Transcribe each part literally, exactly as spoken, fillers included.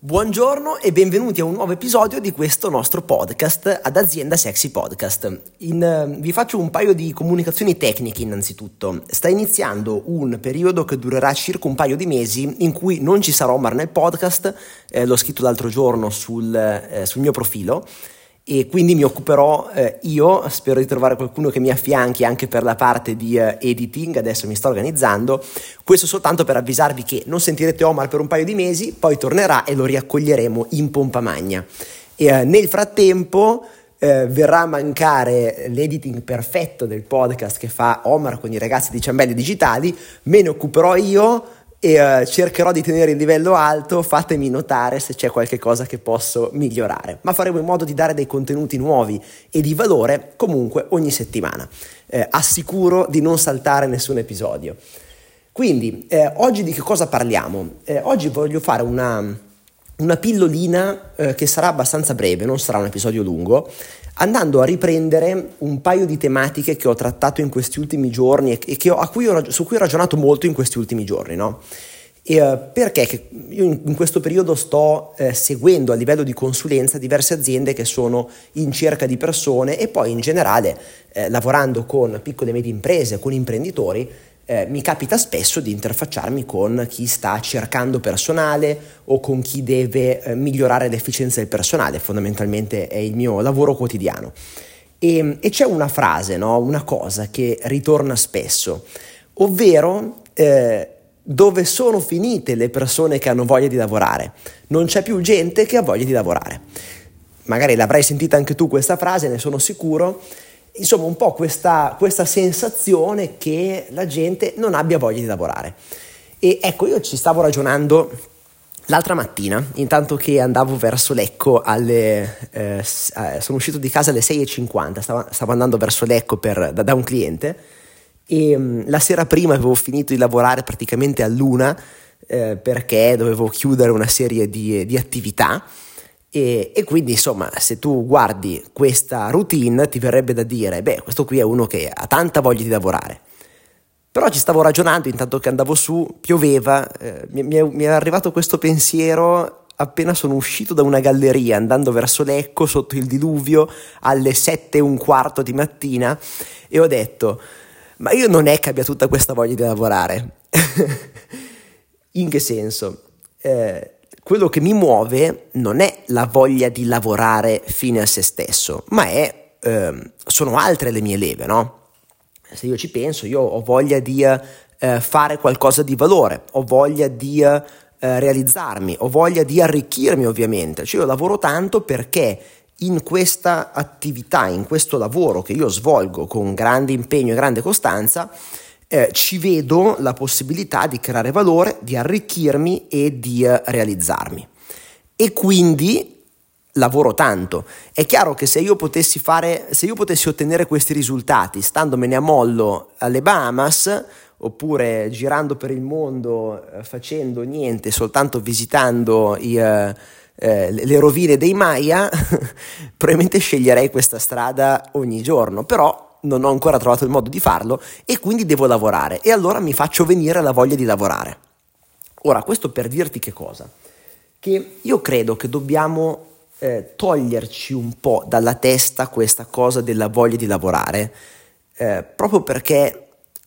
Buongiorno e benvenuti a un nuovo episodio di questo nostro podcast ad Azienda Sexy Podcast. In, uh, vi faccio un paio di comunicazioni tecniche innanzitutto. Sta iniziando un periodo che durerà circa un paio di mesi in cui non ci sarà Omar nel podcast, eh, l'ho scritto l'altro giorno sul, eh, sul mio profilo, e quindi mi occuperò eh, io, spero di trovare qualcuno che mi affianchi anche per la parte di uh, editing, adesso mi sto organizzando, questo soltanto per avvisarvi che non sentirete Omar per un paio di mesi, poi tornerà e lo riaccoglieremo in pompa magna. E uh, nel frattempo uh, verrà a mancare l'editing perfetto del podcast che fa Omar con i ragazzi di Ciambelli Digitali, me ne occuperò io e uh, cercherò di tenere il livello alto. Fatemi notare se c'è qualche cosa che posso migliorare, ma faremo in modo di dare dei contenuti nuovi e di valore comunque ogni settimana. Eh, assicuro di non saltare nessun episodio. Quindi eh, oggi di che cosa parliamo? Eh, oggi voglio fare una, una pillolina eh, che sarà abbastanza breve, non sarà un episodio lungo, andando a riprendere un paio di tematiche che ho trattato in questi ultimi giorni e che ho, a cui ho, su cui ho ragionato molto in questi ultimi giorni, no? E, uh, perché che io in, in questo periodo sto eh, seguendo a livello di consulenza diverse aziende che sono in cerca di persone e poi in generale eh, lavorando con piccole e medie imprese, con imprenditori. Eh, mi capita spesso di interfacciarmi con chi sta cercando personale o con chi deve eh, migliorare l'efficienza del personale, fondamentalmente è il mio lavoro quotidiano. E, e c'è una frase, no? Una cosa che ritorna spesso, ovvero eh, dove sono finite le persone che hanno voglia di lavorare? Non c'è più gente che ha voglia di lavorare. Magari l'avrai sentita anche tu questa frase, ne sono sicuro. Insomma, un po' questa, questa sensazione che la gente non abbia voglia di lavorare. E ecco, io ci stavo ragionando l'altra mattina, intanto che andavo verso Lecco, alle, eh, sono uscito di casa alle sei e cinquanta, stavo, stavo andando verso Lecco per, da, da un cliente, e um, la sera prima avevo finito di lavorare praticamente all'una eh, perché dovevo chiudere una serie di, di attività. E, e quindi insomma, se tu guardi questa routine ti verrebbe da dire beh, questo qui è uno che ha tanta voglia di lavorare. Però ci stavo ragionando intanto che andavo su, pioveva, eh, mi, mi, è, mi è arrivato questo pensiero appena sono uscito da una galleria andando verso Lecco sotto il diluvio alle sette e un quarto di mattina, e ho detto ma io non è che abbia tutta questa voglia di lavorare. In che senso? Eh, quello che mi muove non è la voglia di lavorare fine a se stesso, ma è eh, sono altre le mie leve, no? Se io ci penso, io ho voglia di eh, fare qualcosa di valore, ho voglia di eh, realizzarmi, ho voglia di arricchirmi, ovviamente. Cioè io lavoro tanto perché in questa attività, in questo lavoro che io svolgo con grande impegno e grande costanza, Eh, ci vedo la possibilità di creare valore, di arricchirmi e di eh, realizzarmi, e quindi lavoro tanto. È chiaro che se io potessi fare, se io potessi ottenere questi risultati standomene a mollo alle Bahamas oppure girando per il mondo eh, facendo niente, soltanto visitando i, eh, eh, le rovine dei Maya, probabilmente sceglierei questa strada ogni giorno, però non ho ancora trovato il modo di farlo e quindi devo lavorare, e allora mi faccio venire la voglia di lavorare. Ora, questo per dirti che cosa? Che io credo che dobbiamo eh, toglierci un po' dalla testa questa cosa della voglia di lavorare, eh, proprio perché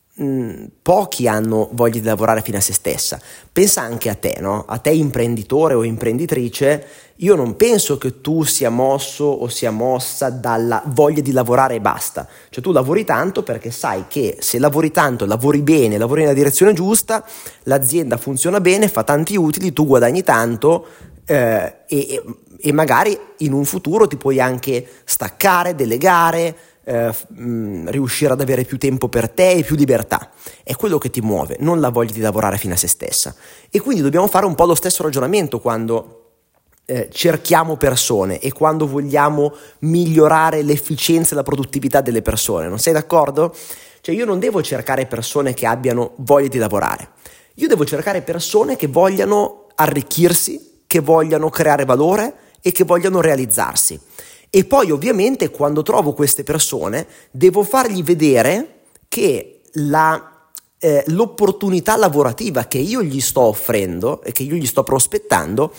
mh, pochi hanno voglia di lavorare fino a se stessa. Pensa anche a te, no? A te imprenditore o imprenditrice. Io non penso che tu sia mosso o sia mossa dalla voglia di lavorare e basta. Cioè tu lavori tanto perché sai che se lavori tanto, lavori bene, lavori nella direzione giusta, l'azienda funziona bene, fa tanti utili, tu guadagni tanto eh, e, e magari in un futuro ti puoi anche staccare, delegare, eh, mh, riuscire ad avere più tempo per te e più libertà. È quello che ti muove, non la voglia di lavorare fino a se stessa. E quindi dobbiamo fare un po' lo stesso ragionamento quando Eh, cerchiamo persone e quando vogliamo migliorare l'efficienza e la produttività delle persone. Non sei d'accordo? Cioè io non devo cercare persone che abbiano voglia di lavorare, io devo cercare persone che vogliano arricchirsi, che vogliano creare valore e che vogliano realizzarsi. E poi ovviamente quando trovo queste persone devo fargli vedere che la eh, l'opportunità lavorativa che io gli sto offrendo e che io gli sto prospettando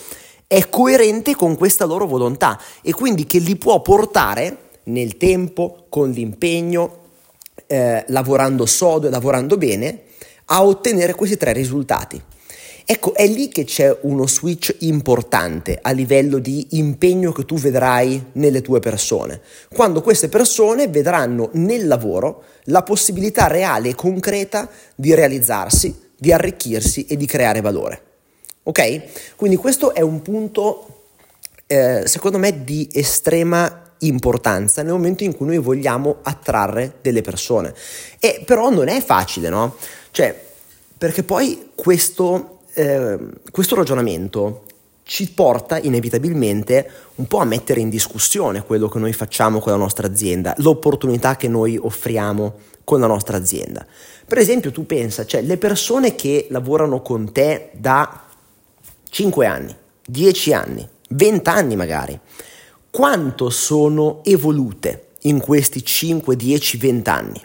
è coerente con questa loro volontà e quindi che li può portare nel tempo, con l'impegno, eh, lavorando sodo e lavorando bene, a ottenere questi tre risultati. Ecco, è lì che c'è uno switch importante a livello di impegno che tu vedrai nelle tue persone, quando queste persone vedranno nel lavoro la possibilità reale e concreta di realizzarsi, di arricchirsi e di creare valore. Ok? Quindi questo è un punto, eh, secondo me, di estrema importanza nel momento in cui noi vogliamo attrarre delle persone. E però non è facile, no? Cioè, perché poi questo... Eh, questo ragionamento ci porta inevitabilmente un po' a mettere in discussione quello che noi facciamo con la nostra azienda, l'opportunità che noi offriamo con la nostra azienda. Per esempio, tu pensa, cioè le persone che lavorano con te da cinque anni, dieci anni, venti anni magari, quanto sono evolute in questi cinque, dieci, venti anni?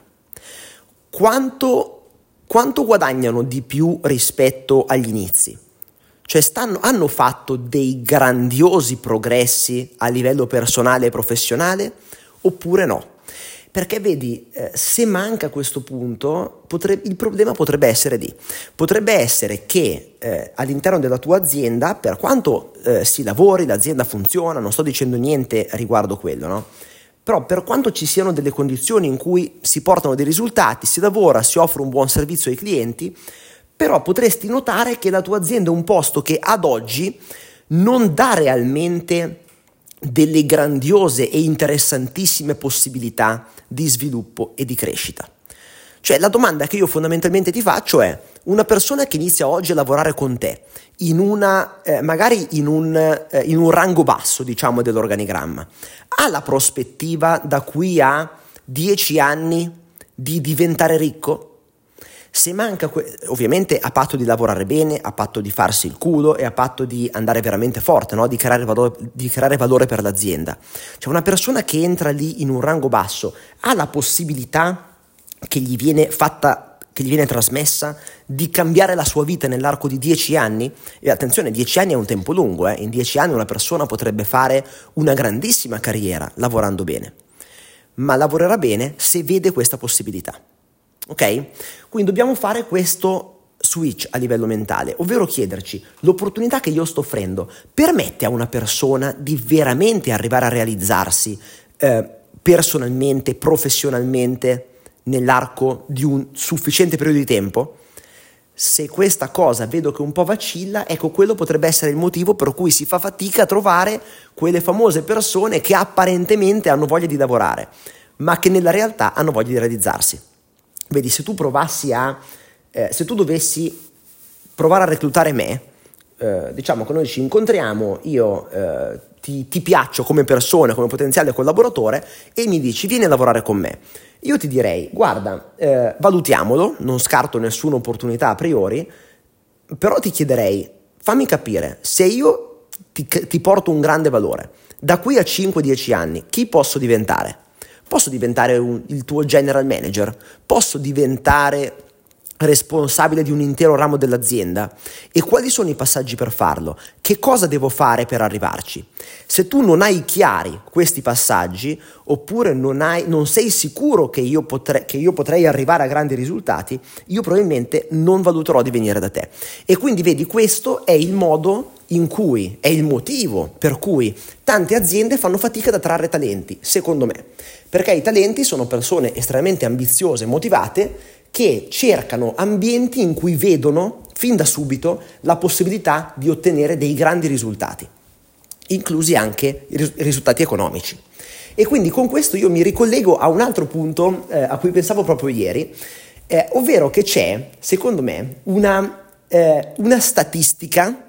Quanto Quanto guadagnano di più rispetto agli inizi? Cioè stanno, hanno fatto dei grandiosi progressi a livello personale e professionale oppure no? Perché vedi, eh, se manca questo punto, potrebbe, il problema potrebbe essere lì. Potrebbe essere che eh, all'interno della tua azienda, per quanto eh, si lavori, l'azienda funziona, non sto dicendo niente riguardo quello, no? Però per quanto ci siano delle condizioni in cui si portano dei risultati, si lavora, si offre un buon servizio ai clienti, però potresti notare che la tua azienda è un posto che ad oggi non dà realmente delle grandiose e interessantissime possibilità di sviluppo e di crescita. Cioè la domanda che io fondamentalmente ti faccio è: una persona che inizia oggi a lavorare con te in una eh, magari in un, eh, in un rango basso, diciamo, dell'organigramma, ha la prospettiva da qui a dieci anni di diventare ricco? Se manca, que- ovviamente a patto di lavorare bene, a patto di farsi il culo e a patto di andare veramente forte, no? di, creare valore, di creare valore per l'azienda. Cioè una persona che entra lì in un rango basso ha la possibilità che gli viene fatta, che gli viene trasmessa, di cambiare la sua vita nell'arco di dieci anni? E attenzione, dieci anni è un tempo lungo, eh? In dieci anni una persona potrebbe fare una grandissima carriera lavorando bene, ma lavorerà bene se vede questa possibilità, ok? Quindi dobbiamo fare questo switch a livello mentale, ovvero chiederci: l'opportunità che io sto offrendo permette a una persona di veramente arrivare a realizzarsi eh, personalmente, professionalmente, nell'arco di un sufficiente periodo di tempo? Se questa cosa vedo che un po' vacilla, ecco, quello potrebbe essere il motivo per cui si fa fatica a trovare quelle famose persone che apparentemente hanno voglia di lavorare, ma che nella realtà hanno voglia di realizzarsi. Vedi, se tu provassi a eh, se tu dovessi provare a reclutare me, eh, diciamo che noi ci incontriamo, io eh, ti, ti piaccio come persona, come potenziale collaboratore, e mi dici: vieni a lavorare con me. Io ti direi: guarda, eh, valutiamolo, non scarto nessuna opportunità a priori, però ti chiederei: fammi capire, se io ti, ti porto un grande valore, da qui a cinque dieci anni, chi posso diventare? Posso diventare un, il tuo general manager? Posso diventare responsabile di un intero ramo dell'azienda? E quali sono i passaggi per farlo? Che cosa devo fare per arrivarci? Se tu non hai chiari questi passaggi, oppure non, hai, non sei sicuro che io, potrei, che io potrei arrivare a grandi risultati, io probabilmente non valuterò di venire da te. E quindi vedi, questo è il modo in cui, è il motivo per cui tante aziende fanno fatica ad attrarre talenti, secondo me, perché i talenti sono persone estremamente ambiziose, motivate, che cercano ambienti in cui vedono fin da subito la possibilità di ottenere dei grandi risultati, inclusi anche i ris- risultati economici. E quindi con questo io mi ricollego a un altro punto eh, a cui pensavo proprio ieri, eh, ovvero che c'è, secondo me, una, eh, una statistica,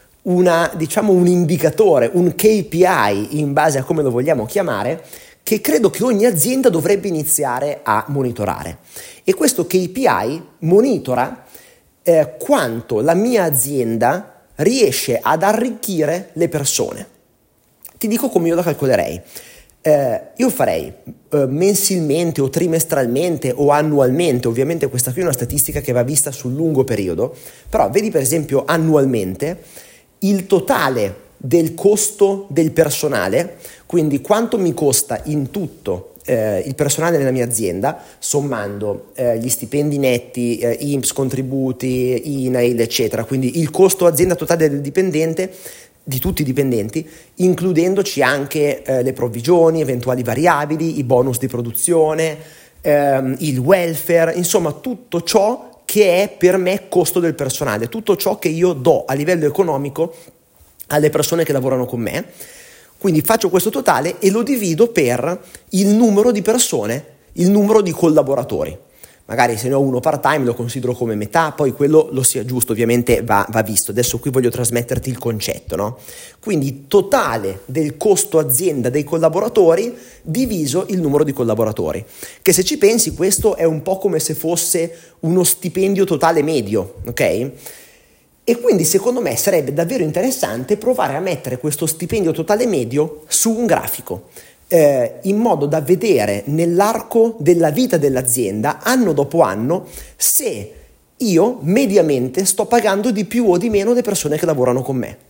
una, diciamo un indicatore, un K P I, in base a come lo vogliamo chiamare, che credo che ogni azienda dovrebbe iniziare a monitorare. E questo K P I monitora eh, quanto la mia azienda riesce ad arricchire le persone. Ti dico come io la calcolerei. Eh, io farei eh, mensilmente o trimestralmente o annualmente, ovviamente questa qui è una statistica che va vista sul lungo periodo, però vedi per esempio annualmente il totale del costo del personale, quindi quanto mi costa in tutto eh, il personale nella mia azienda, sommando eh, gli stipendi netti, eh, I N P S, contributi, I N A I L, eccetera, quindi il costo azienda totale del dipendente, di tutti i dipendenti, includendoci anche eh, le provvigioni, eventuali variabili, i bonus di produzione, ehm, il welfare, insomma tutto ciò che è per me costo del personale, tutto ciò che io do a livello economico alle persone che lavorano con me. Quindi faccio questo totale e lo divido per il numero di persone, il numero di collaboratori. Magari se ne ho uno part time lo considero come metà, poi quello lo sia giusto, ovviamente va, va visto. Adesso qui voglio trasmetterti il concetto, no? Quindi totale del costo azienda dei collaboratori diviso il numero di collaboratori, che se ci pensi questo è un po' come se fosse uno stipendio totale medio, ok? E quindi secondo me sarebbe davvero interessante provare a mettere questo stipendio totale medio su un grafico, eh, in modo da vedere nell'arco della vita dell'azienda, anno dopo anno, se io mediamente sto pagando di più o di meno le persone che lavorano con me.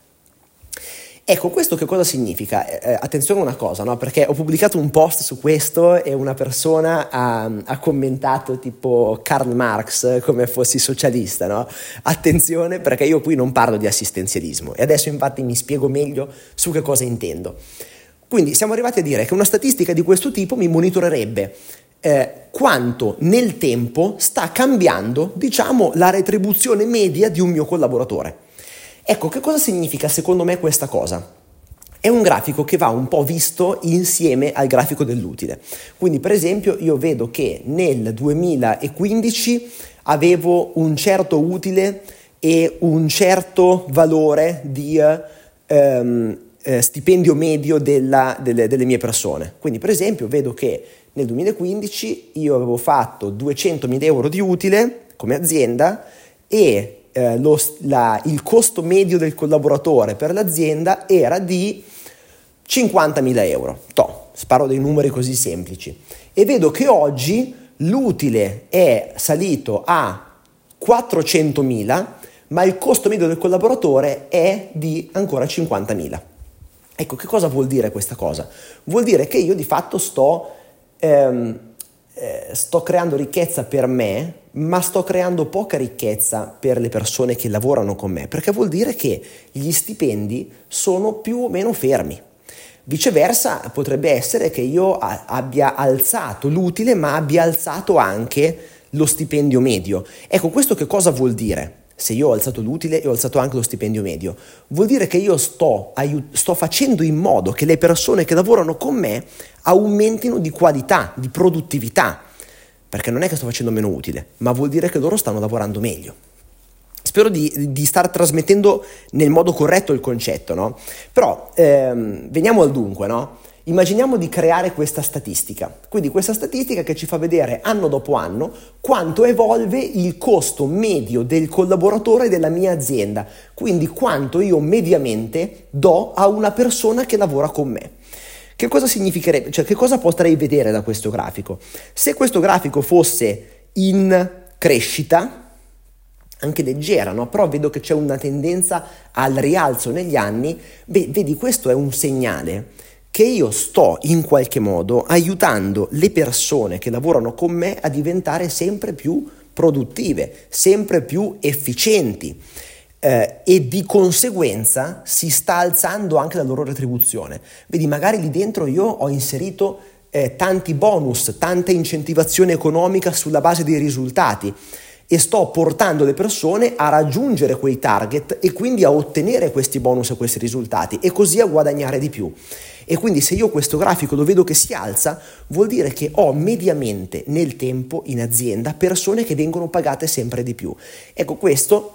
Ecco, questo che cosa significa? Eh, attenzione a una cosa, no? Perché ho pubblicato un post su questo e una persona ha, ha commentato tipo Karl Marx come fossi socialista, no? Attenzione, perché io qui non parlo di assistenzialismo e adesso infatti mi spiego meglio su che cosa intendo. Quindi siamo arrivati a dire che una statistica di questo tipo mi monitorerebbe eh, quanto nel tempo sta cambiando, diciamo, la retribuzione media di un mio collaboratore. Ecco, che cosa significa secondo me questa cosa? È un grafico che va un po' visto insieme al grafico dell'utile. Quindi per esempio io vedo che nel duemilaquindici avevo un certo utile e un certo valore di ehm, eh, stipendio medio della, delle, delle mie persone. Quindi per esempio vedo che nel duemilaquindici io avevo fatto duecentomila euro di utile come azienda e Eh, lo, la, il costo medio del collaboratore per l'azienda era di cinquantamila euro. Toh, sparo dei numeri così semplici e vedo che oggi l'utile è salito a quattrocentomila, ma il costo medio del collaboratore è di ancora cinquantamila. Ecco, che cosa vuol dire questa cosa? Vuol dire che io di fatto sto ehm, eh, sto creando ricchezza per me, ma sto creando poca ricchezza per le persone che lavorano con me, perché vuol dire che gli stipendi sono più o meno fermi. Viceversa, potrebbe essere che io a- abbia alzato l'utile, ma abbia alzato anche lo stipendio medio. Ecco, questo che cosa vuol dire? Se io ho alzato l'utile e ho alzato anche lo stipendio medio, vuol dire che io sto, aiut- sto facendo in modo che le persone che lavorano con me aumentino di qualità, di produttività, perché non è che sto facendo meno utile, ma vuol dire che loro stanno lavorando meglio. Spero di, di star trasmettendo nel modo corretto il concetto, no? Però ehm, veniamo al dunque, no? Immaginiamo di creare questa statistica, quindi questa statistica che ci fa vedere anno dopo anno quanto evolve il costo medio del collaboratore della mia azienda, quindi quanto io mediamente do a una persona che lavora con me. Che cosa significherebbe? Cioè, che cosa potrei vedere da questo grafico? Se questo grafico fosse in crescita, anche leggera, no? Però vedo che c'è una tendenza al rialzo negli anni, beh, vedi, questo è un segnale che io sto in qualche modo aiutando le persone che lavorano con me a diventare sempre più produttive, sempre più efficienti. Eh, e di conseguenza si sta alzando anche la loro retribuzione. Vedi, magari lì dentro io ho inserito eh, tanti bonus, tanta incentivazione economica sulla base dei risultati e sto portando le persone a raggiungere quei target e quindi a ottenere questi bonus e questi risultati e così a guadagnare di più. E quindi se io questo grafico lo vedo che si alza, vuol dire che ho mediamente nel tempo in azienda persone che vengono pagate sempre di più. Ecco, questo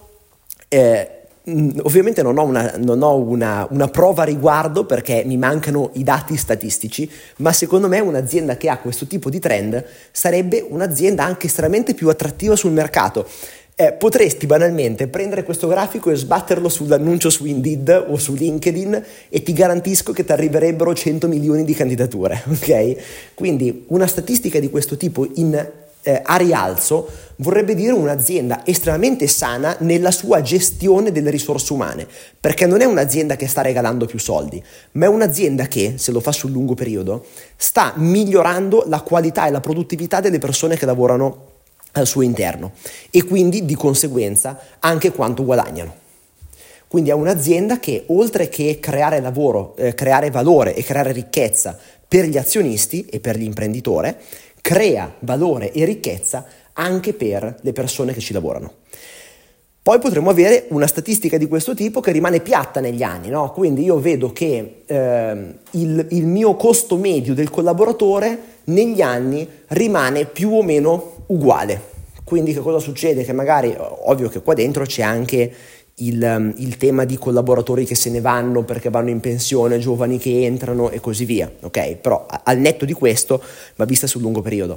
Eh, ovviamente non ho, una, non ho una, una prova a riguardo perché mi mancano i dati statistici, ma secondo me un'azienda che ha questo tipo di trend sarebbe un'azienda anche estremamente più attrattiva sul mercato. Eh, potresti banalmente prendere questo grafico e sbatterlo sull'annuncio su Indeed o su LinkedIn e ti garantisco che ti arriverebbero cento milioni di candidature, ok? Quindi una statistica di questo tipo in eh, a rialzo vorrebbe dire un'azienda estremamente sana nella sua gestione delle risorse umane, perché non è un'azienda che sta regalando più soldi, ma è un'azienda che, se lo fa sul lungo periodo, sta migliorando la qualità e la produttività delle persone che lavorano al suo interno e quindi di conseguenza anche quanto guadagnano. Quindi è un'azienda che, oltre che creare lavoro, eh, creare valore e creare ricchezza per gli azionisti e per l'imprenditore, crea valore e ricchezza anche per le persone che ci lavorano. Poi potremmo avere una statistica di questo tipo che rimane piatta negli anni, no? Quindi io vedo che eh, il, il mio costo medio del collaboratore negli anni rimane più o meno uguale. Quindi che cosa succede? Che magari, ovvio che qua dentro c'è anche Il, il tema di collaboratori che se ne vanno perché vanno in pensione, giovani che entrano e così via, ok? Però al netto di questo va vista sul lungo periodo.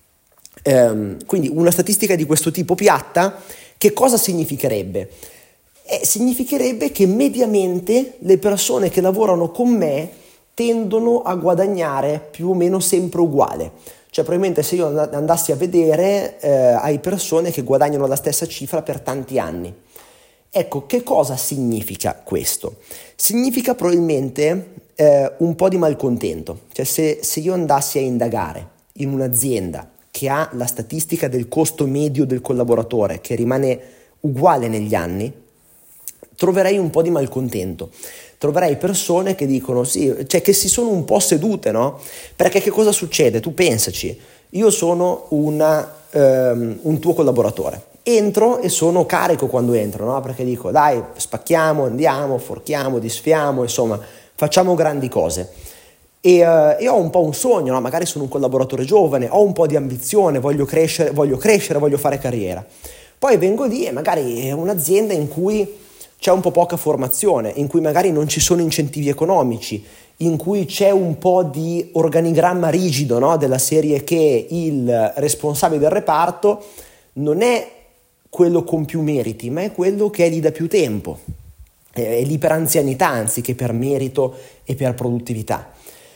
Ehm, quindi una statistica di questo tipo piatta, che cosa significherebbe? Eh, significherebbe che mediamente le persone che lavorano con me tendono a guadagnare più o meno sempre uguale. Cioè probabilmente se io andassi a vedere eh, hai persone che guadagnano la stessa cifra per tanti anni. Ecco, che cosa significa questo? Significa probabilmente eh, un po' di malcontento. Cioè se, se io andassi a indagare in un'azienda che ha la statistica del costo medio del collaboratore che rimane uguale negli anni, troverei un po' di malcontento. Troverei persone che dicono sì, cioè che si sono un po' sedute, no? Perché che cosa succede? Tu pensaci, io sono una, um, un tuo collaboratore. Entro e sono carico quando entro, no? Perché dico dai, spacchiamo, andiamo, forchiamo, disfiamo, insomma, facciamo grandi cose. E, uh, e ho un po' un sogno, no? Magari sono un collaboratore giovane, ho un po' di ambizione, voglio crescere, voglio crescere, voglio fare carriera. Poi vengo lì e magari è un'azienda in cui c'è un po' poca formazione, in cui magari non ci sono incentivi economici, in cui c'è un po' di organigramma rigido, no? Della serie che il responsabile del reparto non è quello con più meriti, ma è quello che è lì da più tempo, è lì per anzianità anziché per merito e per produttività.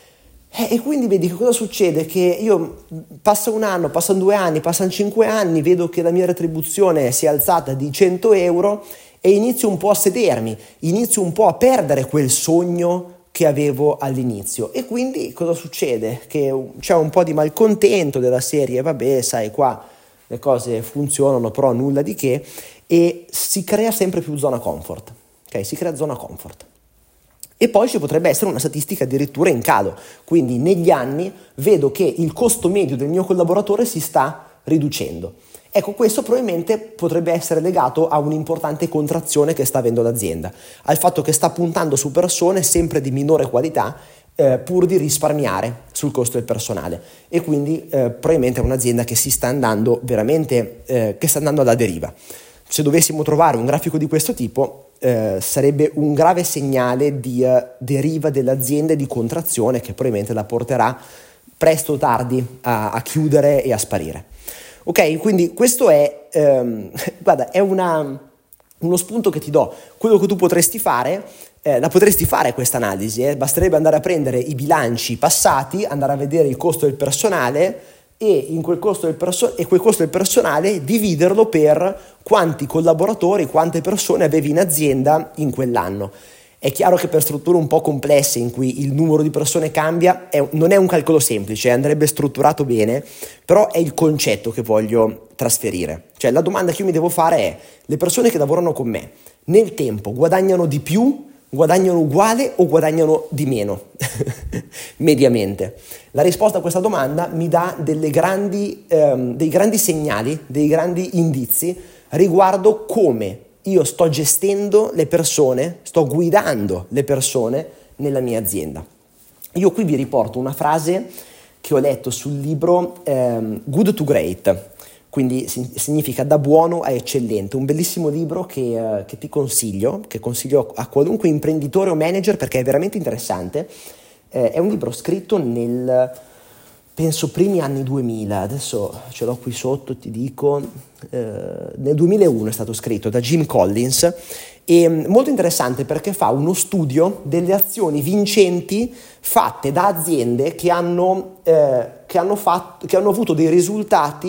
E quindi vedi che cosa succede? Che io passa un anno, passano due anni, passano cinque anni, vedo che la mia retribuzione si è alzata di cento euro e inizio un po' a sedermi, inizio un po' a perdere quel sogno che avevo all'inizio. E quindi cosa succede? Che c'è un po' di malcontento della serie, vabbè, sai, qua le cose funzionano, però nulla di che, e si crea sempre più zona comfort, ok? Si crea zona comfort. E poi ci potrebbe essere una statistica addirittura in calo, quindi negli anni vedo che il costo medio del mio collaboratore si sta riducendo. Ecco, questo probabilmente potrebbe essere legato a un'importante contrazione che sta avendo l'azienda, al fatto che sta puntando su persone sempre di minore qualità, Eh, pur di risparmiare sul costo del personale, e quindi eh, probabilmente è un'azienda che si sta andando veramente eh, che sta andando alla deriva. Se dovessimo trovare un grafico di questo tipo eh, sarebbe un grave segnale di eh, deriva dell'azienda e di contrazione che probabilmente la porterà presto o tardi a, a chiudere e a sparire. Ok, quindi questo è ehm, guarda, è una, uno spunto che ti do. Quello che tu potresti fare Eh, la potresti fare questa analisi, eh? Basterebbe andare a prendere i bilanci passati, andare a vedere il costo del personale e in quel costo del, perso- e quel costo del personale dividerlo per quanti collaboratori, quante persone avevi in azienda in quell'anno. È chiaro che per strutture un po' complesse in cui il numero di persone cambia è, non è un calcolo semplice, andrebbe strutturato bene, però è il concetto che voglio trasferire. Cioè la domanda che io mi devo fare è: le persone che lavorano con me nel tempo guadagnano di più, guadagnano uguale o guadagnano di meno mediamente? La risposta a questa domanda mi dà delle grandi, ehm, dei grandi segnali, dei grandi indizi riguardo come io sto gestendo le persone, sto guidando le persone nella mia azienda. Io qui vi riporto una frase che ho letto sul libro ehm, Good to Great, quindi significa da buono a eccellente, un bellissimo libro che, uh, che ti consiglio, che consiglio a qualunque imprenditore o manager perché è veramente interessante. Eh, è un libro scritto nel, penso, primi anni duemila, adesso ce l'ho qui sotto, ti dico, eh, nel duemilauno è stato scritto da Jim Collins, e molto interessante perché fa uno studio delle azioni vincenti fatte da aziende che hanno, eh, che hanno, fatto, che hanno avuto dei risultati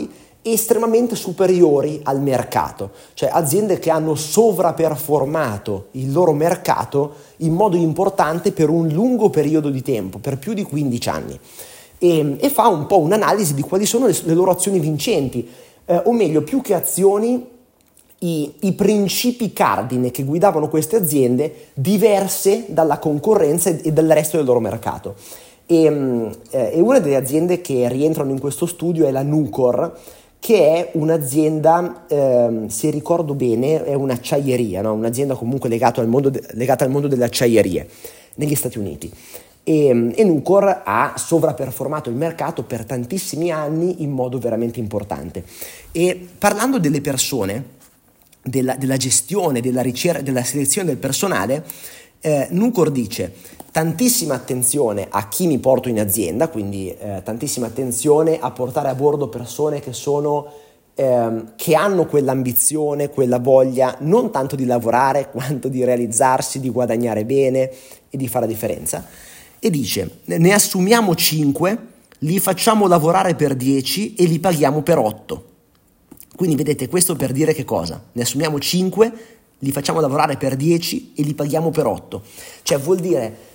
estremamente superiori al mercato, cioè aziende che hanno sovraperformato il loro mercato in modo importante per un lungo periodo di tempo, per più di quindici anni, e, e fa un po' un'analisi di quali sono le, le loro azioni vincenti, eh, o meglio, più che azioni, i, i principi cardine che guidavano queste aziende diverse dalla concorrenza e, e dal resto del loro mercato. E, eh, e una delle aziende che rientrano in questo studio è la Nucor, che è un'azienda, eh, se ricordo bene, è un'acciaieria, no? Un'azienda comunque legata al mondo, de- legata al mondo delle acciaierie negli Stati Uniti. E, e Nucor ha sovraperformato il mercato per tantissimi anni in modo veramente importante. E parlando delle persone, della, della gestione, della ricerca, della selezione del personale, eh, Nucor dice: tantissima attenzione a chi mi porto in azienda, quindi eh, tantissima attenzione a portare a bordo persone che sono eh, che hanno quell'ambizione, quella voglia non tanto di lavorare quanto di realizzarsi, di guadagnare bene e di fare la differenza. E dice: ne assumiamo cinque, li facciamo lavorare per dieci e li paghiamo per otto. Quindi vedete, questo per dire che cosa? Ne assumiamo cinque, li facciamo lavorare per dieci e li paghiamo per otto. Cioè vuol dire: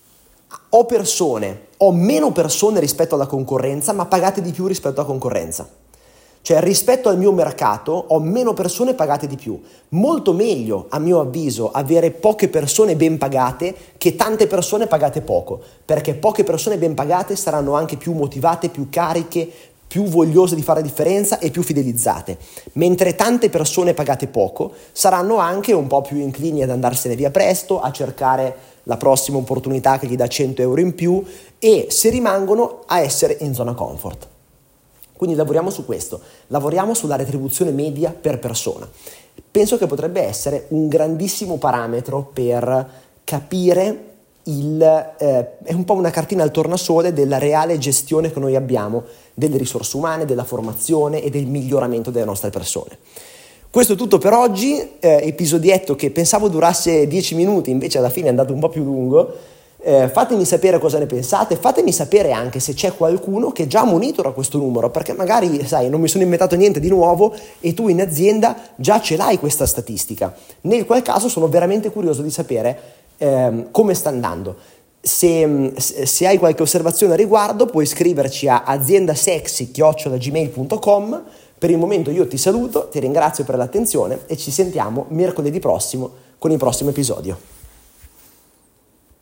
ho persone, ho meno persone rispetto alla concorrenza, ma pagate di più rispetto alla concorrenza. Cioè rispetto al mio mercato ho meno persone pagate di più. Molto meglio, a mio avviso, avere poche persone ben pagate che tante persone pagate poco, perché poche persone ben pagate saranno anche più motivate, più cariche, più vogliose di fare differenza e più fidelizzate, mentre tante persone pagate poco saranno anche un po' più inclini ad andarsene via presto, a cercare la prossima opportunità che gli dà cento euro in più, e se rimangono a essere in zona comfort. Quindi lavoriamo su questo, lavoriamo sulla retribuzione media per persona. Penso che potrebbe essere un grandissimo parametro per capire il, eh, è un po' una cartina al tornasole della reale gestione che noi abbiamo delle risorse umane, della formazione e del miglioramento delle nostre persone. Questo è tutto per oggi, eh, episodietto che pensavo durasse dieci minuti, invece alla fine è andato un po' più lungo. Eh, fatemi sapere cosa ne pensate, fatemi sapere anche se c'è qualcuno che già monitora questo numero, perché magari, sai, non mi sono inventato niente di nuovo e tu in azienda già ce l'hai questa statistica, nel qual caso sono veramente curioso di sapere eh, come sta andando. Se, se hai qualche osservazione a riguardo puoi scriverci a aziendasexy chiocciola gmail punto com. Per il momento io ti saluto, ti ringrazio per l'attenzione e ci sentiamo mercoledì prossimo con il prossimo episodio.